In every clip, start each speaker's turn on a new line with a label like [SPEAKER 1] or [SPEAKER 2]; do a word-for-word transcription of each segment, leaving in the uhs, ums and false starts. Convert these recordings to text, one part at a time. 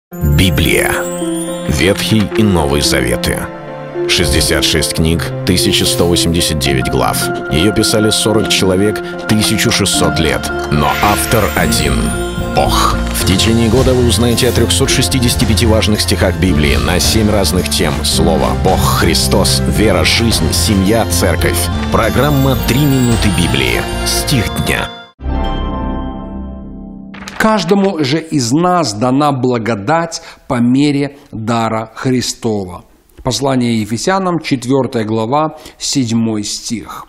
[SPEAKER 1] Библия. Ветхий и Новый Заветы. шестьдесят шесть книг, тысяча сто восемьдесят девять глав. Ее писали сорок человек, тысяча шестьсот лет. Но автор один — Бог. В течение года вы узнаете о трёхстах шестидесяти пяти важных стихах Библии на семь разных тем. Слово, Бог, Христос, вера, жизнь, семья, церковь. Программа «Три минуты Библии». Стих дня.
[SPEAKER 2] Каждому же из нас дана благодать по мере дара Христова. Послание Ефесянам, четвёртая глава, седьмой стих.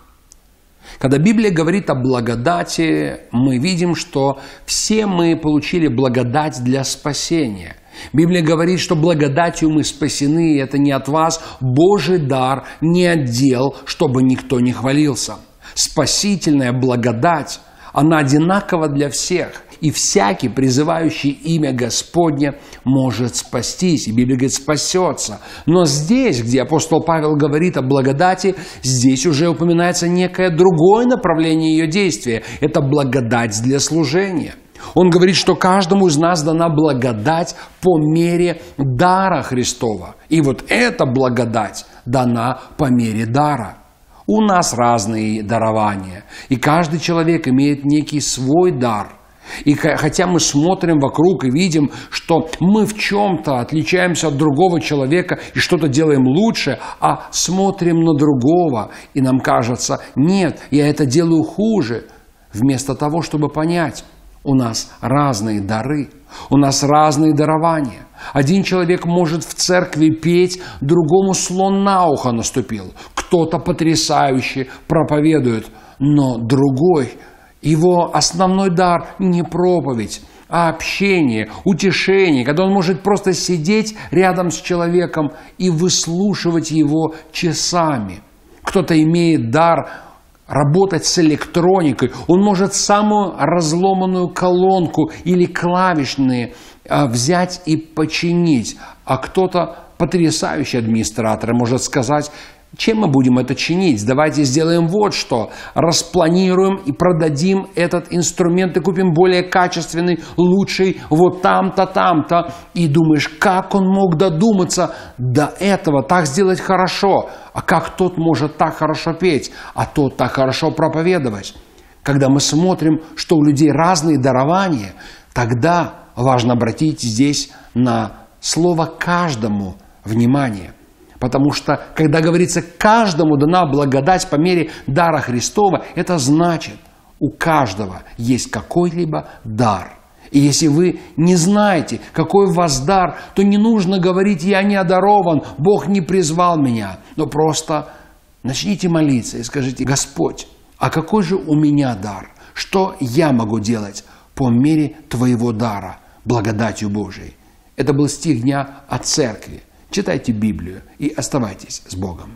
[SPEAKER 2] Когда Библия говорит о благодати, мы видим, что все мы получили благодать для спасения. Библия говорит, что благодатью мы спасены, и это не от вас, Божий дар, не отдел, чтобы никто не хвалился. Спасительная благодать, она одинакова для всех. И всякий, призывающий имя Господне, может спастись. И Библия говорит, спасется. Но здесь, где апостол Павел говорит о благодати, здесь уже упоминается некое другое направление ее действия. Это благодать для служения. Он говорит, что каждому из нас дана благодать по мере дара Христова. И вот эта благодать дана по мере дара. У нас разные дарования. И каждый человек имеет некий свой дар. И хотя мы смотрим вокруг и видим, что мы в чем-то отличаемся от другого человека и что-то делаем лучше, а смотрим на другого, и нам кажется, нет, я это делаю хуже, вместо того, чтобы понять, у нас разные дары, у нас разные дарования. Один человек может в церкви петь, другому слон на ухо наступил, кто-то потрясающе проповедует, но другой... Его основной дар не проповедь, а общение, утешение, когда он может просто сидеть рядом с человеком и выслушивать его часами. Кто-то имеет дар работать с электроникой, он может самую разломанную колонку или клавишные взять и починить, а кто-то, потрясающий администратор, может сказать: чем мы будем это чинить? Давайте сделаем вот что. Распланируем и продадим этот инструмент и купим более качественный, лучший, вот там-то, там-то. И думаешь, как он мог додуматься до этого, так сделать хорошо? А как тот может так хорошо петь, а тот так хорошо проповедовать? Когда мы смотрим, что у людей разные дарования, тогда важно обратить здесь на слово «каждому» внимание. Потому что, когда говорится, каждому дана благодать по мере дара Христова, это значит, у каждого есть какой-либо дар. И если вы не знаете, какой у вас дар, то не нужно говорить: «Я не одарован, Бог не призвал меня». Но просто начните молиться и скажите: «Господь, а какой же у меня дар? Что я могу делать по мере Твоего дара, благодатью Божией?» Это был стих дня о церкви. Читайте Библию и оставайтесь с Богом.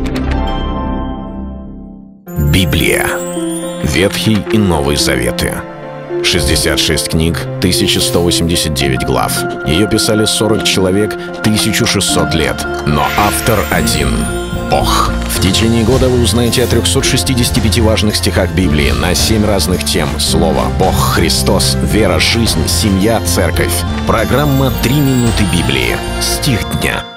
[SPEAKER 1] Библия. Ветхий и Новый Заветы. шестьдесят шесть книг, тысяча сто восемьдесят девять глав. Ее писали сорок человек, тысяча шестьсот лет. Но автор один — Бог. В течение года вы узнаете о трёхстах шестидесяти пяти важных стихах Библии на семь разных тем. Слово, Бог, Христос, вера, жизнь, семья, церковь. Программа «Три минуты Библии». Стих дня.